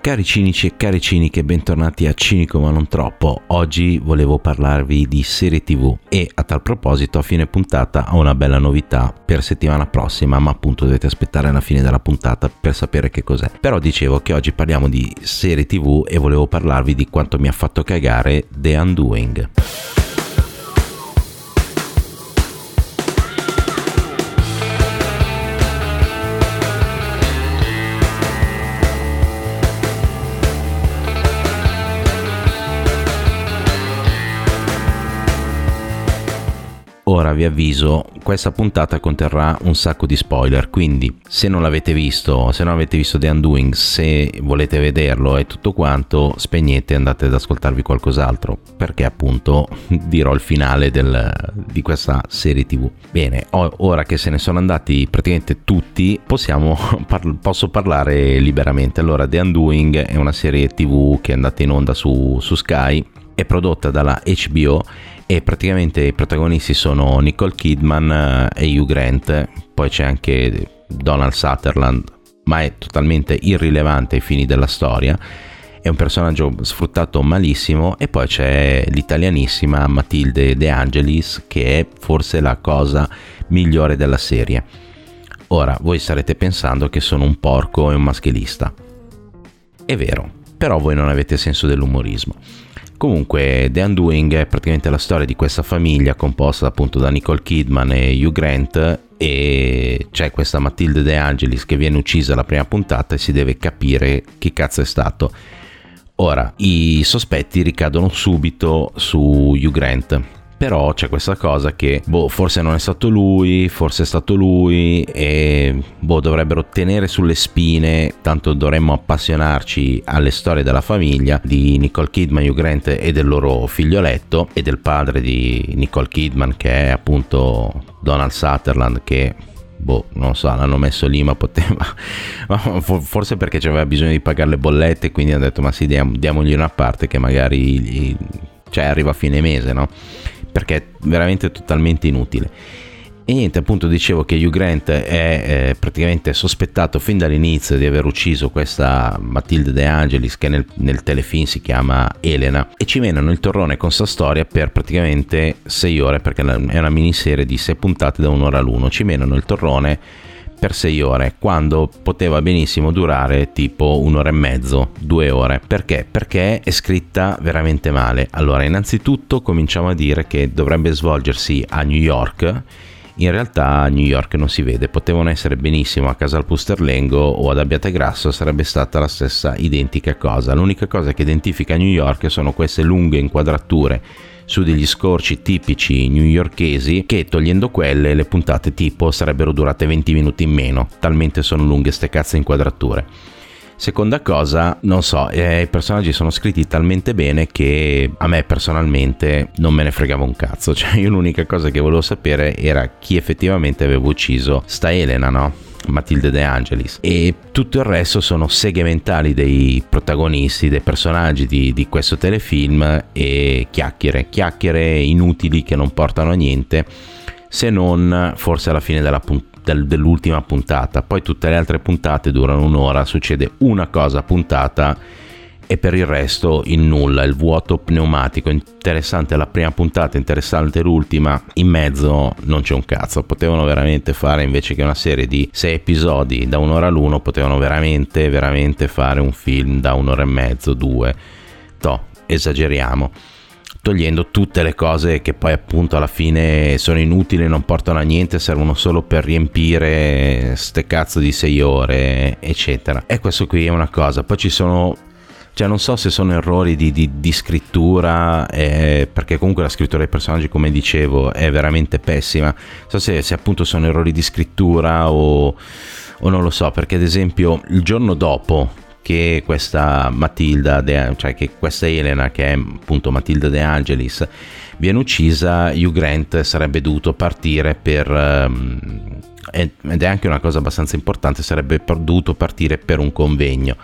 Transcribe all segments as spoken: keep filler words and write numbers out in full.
Cari cinici e cari ciniche, bentornati a Cinico ma non troppo. Oggi volevo parlarvi di serie tv e a tal proposito a fine puntata ho una bella novità per settimana prossima, ma appunto dovete aspettare alla fine della puntata per sapere che cos'è. Però dicevo che oggi parliamo di serie tv e volevo parlarvi di quanto mi ha fatto cagare The Undoing. Ora vi avviso, questa puntata conterrà un sacco di spoiler, quindi se non l'avete visto, se non avete visto The Undoing, se volete vederlo e tutto quanto, spegnete e andate ad ascoltarvi qualcos'altro, perché appunto dirò il finale del, di questa serie tv. Bene, ora che se ne sono andati praticamente tutti, possiamo par- posso parlare liberamente. Allora, The Undoing è una serie tv che è andata in onda su, su Sky, è prodotta dalla H B O e praticamente i protagonisti sono Nicole Kidman e Hugh Grant, poi c'è anche Donald Sutherland, ma è totalmente irrilevante ai fini della storia, è un personaggio sfruttato malissimo, e poi c'è l'italianissima Matilde De Angelis, che è forse la cosa migliore della serie. Ora, voi starete pensando che sono un porco e un maschilista. È vero, però voi non avete senso dell'umorismo. Comunque The Undoing è praticamente la storia di questa famiglia composta appunto da Nicole Kidman e Hugh Grant, e c'è questa Matilde De Angelis che viene uccisa alla prima puntata e si deve capire chi cazzo è stato. Ora, i sospetti ricadono subito su Hugh Grant, però c'è questa cosa che boh, forse non è stato lui, forse è stato lui, e boh, dovrebbero tenere sulle spine, tanto dovremmo appassionarci alle storie della famiglia di Nicole Kidman, Hugh Grant e del loro figlioletto, e del padre di Nicole Kidman che è appunto Donald Sutherland, che boh, non so, l'hanno messo lì ma poteva forse perché c'aveva bisogno di pagare le bollette, quindi hanno detto ma sì, diam- diamogli una parte che magari gli, cioè arriva a fine mese, no? Perché è veramente totalmente inutile. E niente, appunto dicevo che Hugh Grant è eh, praticamente sospettato fin dall'inizio di aver ucciso questa Matilde De Angelis, che nel, nel telefilm si chiama Elena, e ci menano il torrone con sta storia per praticamente sei ore, perché è una miniserie di sei puntate da un'ora l'uno. Ci menano il torrone per sei ore, quando poteva benissimo durare tipo un'ora e mezzo, due ore. Perché? Perché è scritta veramente male. Allora, innanzitutto cominciamo a dire che dovrebbe svolgersi a New York. In realtà a New York non si vede, potevano essere benissimo a Casal Pusterlengo o ad Abbiategrasso, sarebbe stata la stessa identica cosa. L'unica cosa che identifica New York sono queste lunghe inquadrature su degli scorci tipici newyorkesi, che togliendo quelle le puntate tipo sarebbero durate venti minuti in meno, talmente sono lunghe ste cazzo inquadrature. Seconda cosa, non so, eh, i personaggi sono scritti talmente bene che a me personalmente non me ne fregava un cazzo, cioè io l'unica cosa che volevo sapere era chi effettivamente aveva ucciso sta Elena, no? Matilde De Angelis, e tutto il resto sono seghe mentali dei protagonisti, dei personaggi di, di questo telefilm, e chiacchiere, chiacchiere inutili che non portano a niente, se non forse alla fine della puntata, dell'ultima puntata. Poi tutte le altre puntate durano un'ora, succede una cosa a puntata e per il resto il nulla, il vuoto pneumatico. Interessante la prima puntata, interessante l'ultima, in mezzo non c'è un cazzo. Potevano veramente fare, invece che una serie di sei episodi da un'ora l'uno, potevano veramente veramente fare un film da un'ora e mezzo, due. Toh, esageriamo, togliendo tutte le cose che poi appunto alla fine sono inutili, non portano a niente, servono solo per riempire ste cazzo di sei ore, eccetera. E questo qui è una cosa. Poi ci sono, cioè non so se sono errori di, di, di scrittura, eh, perché comunque la scrittura dei personaggi, come dicevo, è veramente pessima. Non so se, se appunto sono errori di scrittura o, o non lo so, perché ad esempio il giorno dopo che questa Matilda, De, cioè che questa Elena, che è appunto Matilda De Angelis, viene uccisa, Hugh Grant sarebbe dovuto partire per, um, ed è anche una cosa abbastanza importante, sarebbe dovuto partire per un convegno.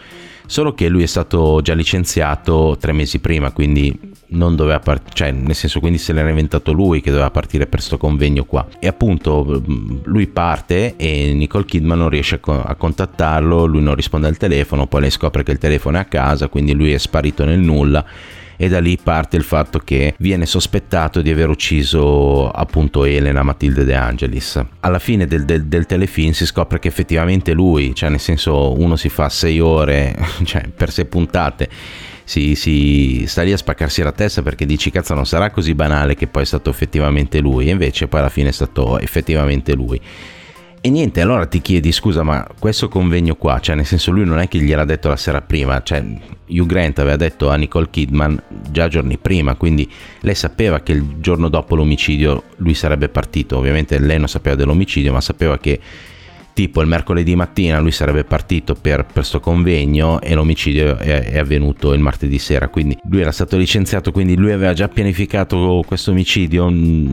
solo che lui è stato già licenziato tre mesi prima, quindi non doveva partire, cioè nel senso, quindi se l'era inventato lui che doveva partire per sto convegno qua. E appunto lui parte e Nicole Kidman non riesce a, co- a contattarlo, lui non risponde al telefono, poi lei scopre che il telefono è a casa, quindi lui è sparito nel nulla. E da lì parte il fatto che viene sospettato di aver ucciso appunto Elena Matilde De Angelis. Alla fine del, del, del telefilm si scopre che effettivamente lui, cioè nel senso, uno si fa sei ore, cioè per sei puntate, si, si sta lì a spaccarsi la testa perché dici cazzo, non sarà così banale che poi è stato effettivamente lui, e invece poi alla fine è stato effettivamente lui. E niente, allora ti chiedi, scusa, ma questo convegno qua, cioè nel senso, lui non è che gliel'ha detto la sera prima, cioè Hugh Grant aveva detto a Nicole Kidman già giorni prima, quindi lei sapeva che il giorno dopo l'omicidio lui sarebbe partito. Ovviamente lei non sapeva dell'omicidio, ma sapeva che tipo il mercoledì mattina lui sarebbe partito per questo convegno e l'omicidio è, è avvenuto il martedì sera, quindi lui era stato licenziato, quindi lui aveva già pianificato questo omicidio.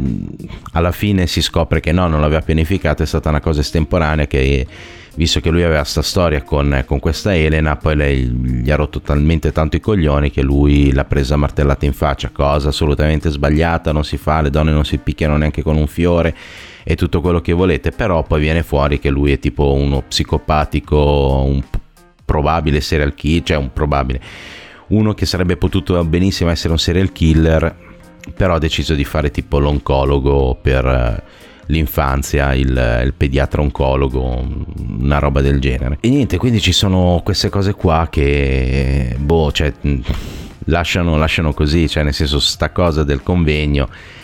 Alla fine si scopre che no, non l'aveva pianificato, è stata una cosa estemporanea, che visto che lui aveva sta storia con, con questa Elena, poi lei gli ha rotto talmente tanto i coglioni che lui l'ha presa martellata in faccia, cosa assolutamente sbagliata, non si fa, le donne non si picchiano neanche con un fiore e tutto quello che volete, però poi viene fuori che lui è tipo uno psicopatico, un probabile serial killer, cioè un probabile, uno che sarebbe potuto benissimo essere un serial killer, però ha deciso di fare tipo l'oncologo per l'infanzia, il, il pediatra oncologo, una roba del genere. E niente, quindi ci sono queste cose qua che boh, cioè lasciano, lasciano così, cioè nel senso, sta cosa del convegno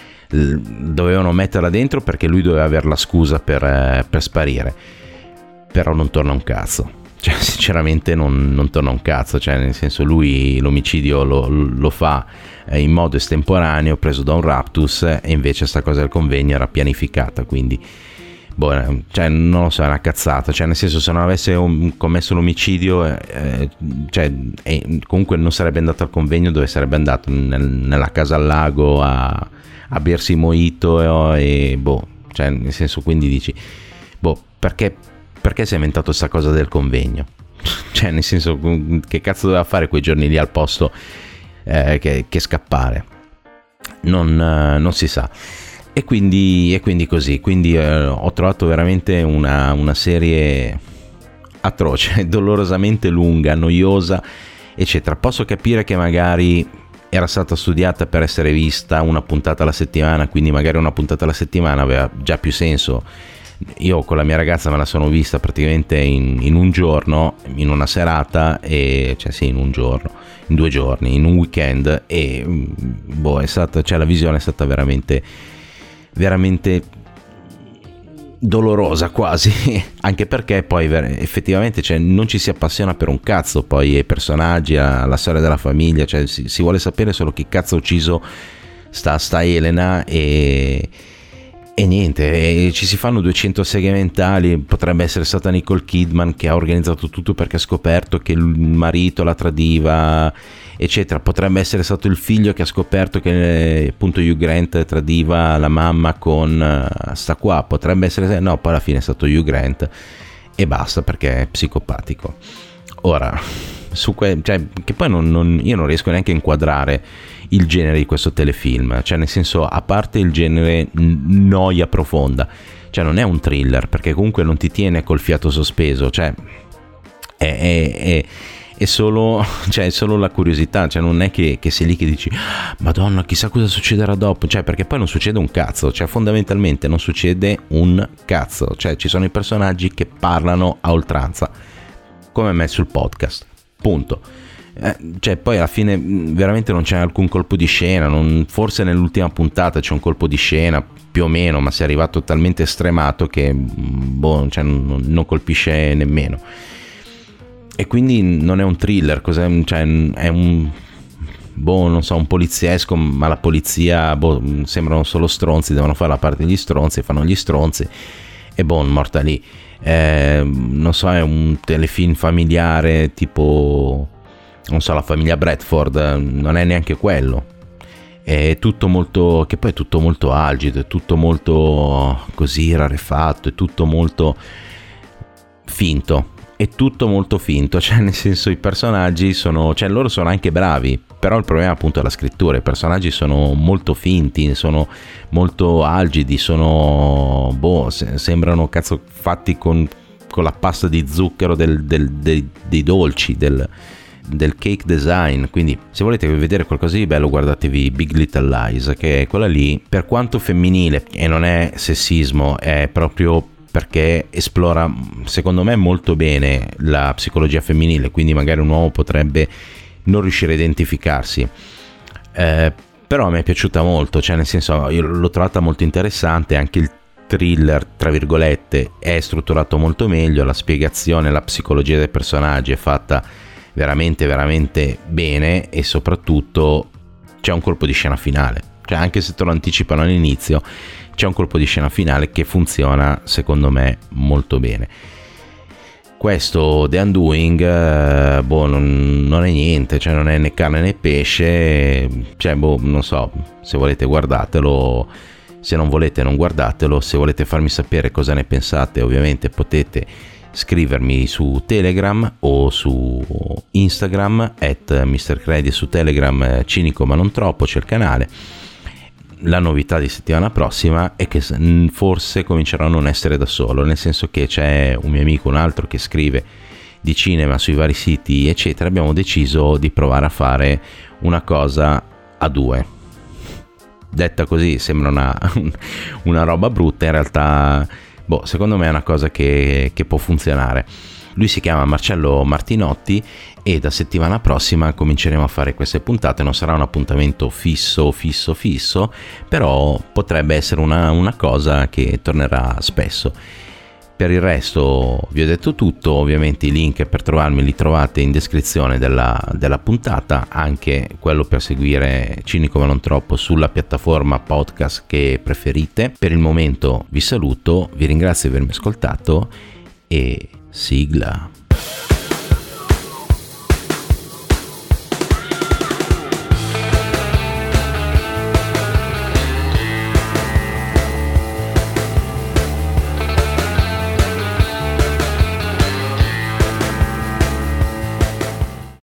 dovevano metterla dentro perché lui doveva avere la scusa per, per sparire, però non torna un cazzo, cioè sinceramente non, non torna un cazzo, cioè nel senso, lui l'omicidio lo, lo fa in modo estemporaneo, preso da un raptus, e invece sta cosa del convegno era pianificata, quindi boh, cioè non lo so, è una cazzata, cioè nel senso, se non avesse un, commesso l'omicidio, eh, cioè eh, comunque non sarebbe andato al convegno, dove sarebbe andato nel, nella casa al lago a a bersi mojito e, e boh, cioè nel senso, quindi dici boh, perché perché si è inventato sta cosa del convegno? Cioè nel senso, che cazzo doveva fare quei giorni lì al posto eh, che, che scappare? Non, eh, non si sa. E quindi, e quindi così, quindi eh, ho trovato veramente una, una serie atroce, dolorosamente lunga, noiosa, eccetera. Posso capire che magari era stata studiata per essere vista una puntata alla settimana, quindi magari una puntata alla settimana aveva già più senso. Io con la mia ragazza me la sono vista praticamente in, in un giorno, in una serata, e cioè sì, in un giorno, in due giorni, in un weekend, e boh, è stata, cioè la visione è stata veramente veramente dolorosa quasi, anche perché poi effettivamente, cioè, non ci si appassiona per un cazzo poi ai personaggi, alla storia della famiglia, cioè si, si vuole sapere solo chi cazzo ha ucciso sta, sta Elena, e, e niente, e ci si fanno duecento seghe mentali. Potrebbe essere stata Nicole Kidman che ha organizzato tutto perché ha scoperto che il marito la tradiva, eccetera. Potrebbe essere stato il figlio che ha scoperto che appunto Hugh Grant tradiva la mamma con uh, sta qua. Potrebbe essere, no, poi alla fine è stato Hugh Grant e basta, perché è psicopatico. Ora, su que- cioè, che poi non, non, io non riesco neanche a inquadrare il genere di questo telefilm, cioè nel senso, a parte il genere noia profonda, cioè non è un thriller, perché comunque non ti tiene col fiato sospeso, cioè è, è, è è solo, cioè, è solo la curiosità, cioè non è che, che sei lì che dici Madonna, chissà cosa succederà dopo, cioè perché poi non succede un cazzo, cioè fondamentalmente non succede un cazzo, cioè ci sono i personaggi che parlano a oltranza, come me sul podcast, punto. Eh, cioè poi alla fine veramente non c'è alcun colpo di scena, non, forse nell'ultima puntata c'è un colpo di scena più o meno, ma si è arrivato talmente estremato che boh, cioè, non, non colpisce nemmeno. E quindi non è un thriller, cos'è? Cioè, è un boh, non so, un poliziesco, ma la polizia boh, sembrano solo stronzi, devono fare la parte degli stronzi, fanno gli stronzi e boh, morta lì. Eh, non so, è un telefilm familiare tipo, non so, la famiglia Bradford, non è neanche quello. È tutto molto, che poi è tutto molto algido, è tutto molto così rarefatto, è tutto molto finto. è tutto molto finto, cioè nel senso i personaggi sono, cioè loro sono anche bravi, però il problema appunto è la scrittura, i personaggi sono molto finti, sono molto algidi, sono, boh, se, sembrano cazzo fatti con, con la pasta di zucchero del, del, dei, dei dolci, del, del cake design. Quindi se volete vedere qualcosa di bello guardatevi Big Little Lies, che è quella lì, per quanto femminile, e non è sessismo, è proprio perché esplora secondo me molto bene la psicologia femminile, quindi magari un uomo potrebbe non riuscire a identificarsi, eh, però mi è piaciuta molto, cioè nel senso io l'ho trovata molto interessante, anche il thriller tra virgolette è strutturato molto meglio, la spiegazione, la psicologia dei personaggi è fatta veramente veramente bene, e soprattutto c'è un colpo di scena finale, cioè anche se te lo anticipano all'inizio c'è un colpo di scena finale che funziona secondo me molto bene. Questo The Undoing, eh, boh, non, non è niente, cioè non è né carne né pesce, cioè boh, non so, se volete guardatelo, se non volete non guardatelo, se volete farmi sapere cosa ne pensate ovviamente potete scrivermi su Telegram o su Instagram at mister Credi, su Telegram cinico ma non troppo, c'è il canale. La novità di settimana prossima è che forse comincerò a non essere da solo, nel senso che c'è un mio amico, un altro che scrive di cinema sui vari siti eccetera. Abbiamo deciso di provare a fare una cosa a due. Detta così sembra una, una roba brutta, in realtà boh, secondo me è una cosa che, che può funzionare. Lui si chiama Marcello Martinotti e da settimana prossima cominceremo a fare queste puntate. Non sarà un appuntamento fisso, fisso, fisso, però potrebbe essere una, una cosa che tornerà spesso. Per il resto vi ho detto tutto, ovviamente i link per trovarmi li trovate in descrizione della, della puntata, anche quello per seguire Cinico ma non troppo sulla piattaforma podcast che preferite. Per il momento vi saluto, vi ringrazio di avermi ascoltato e sigla.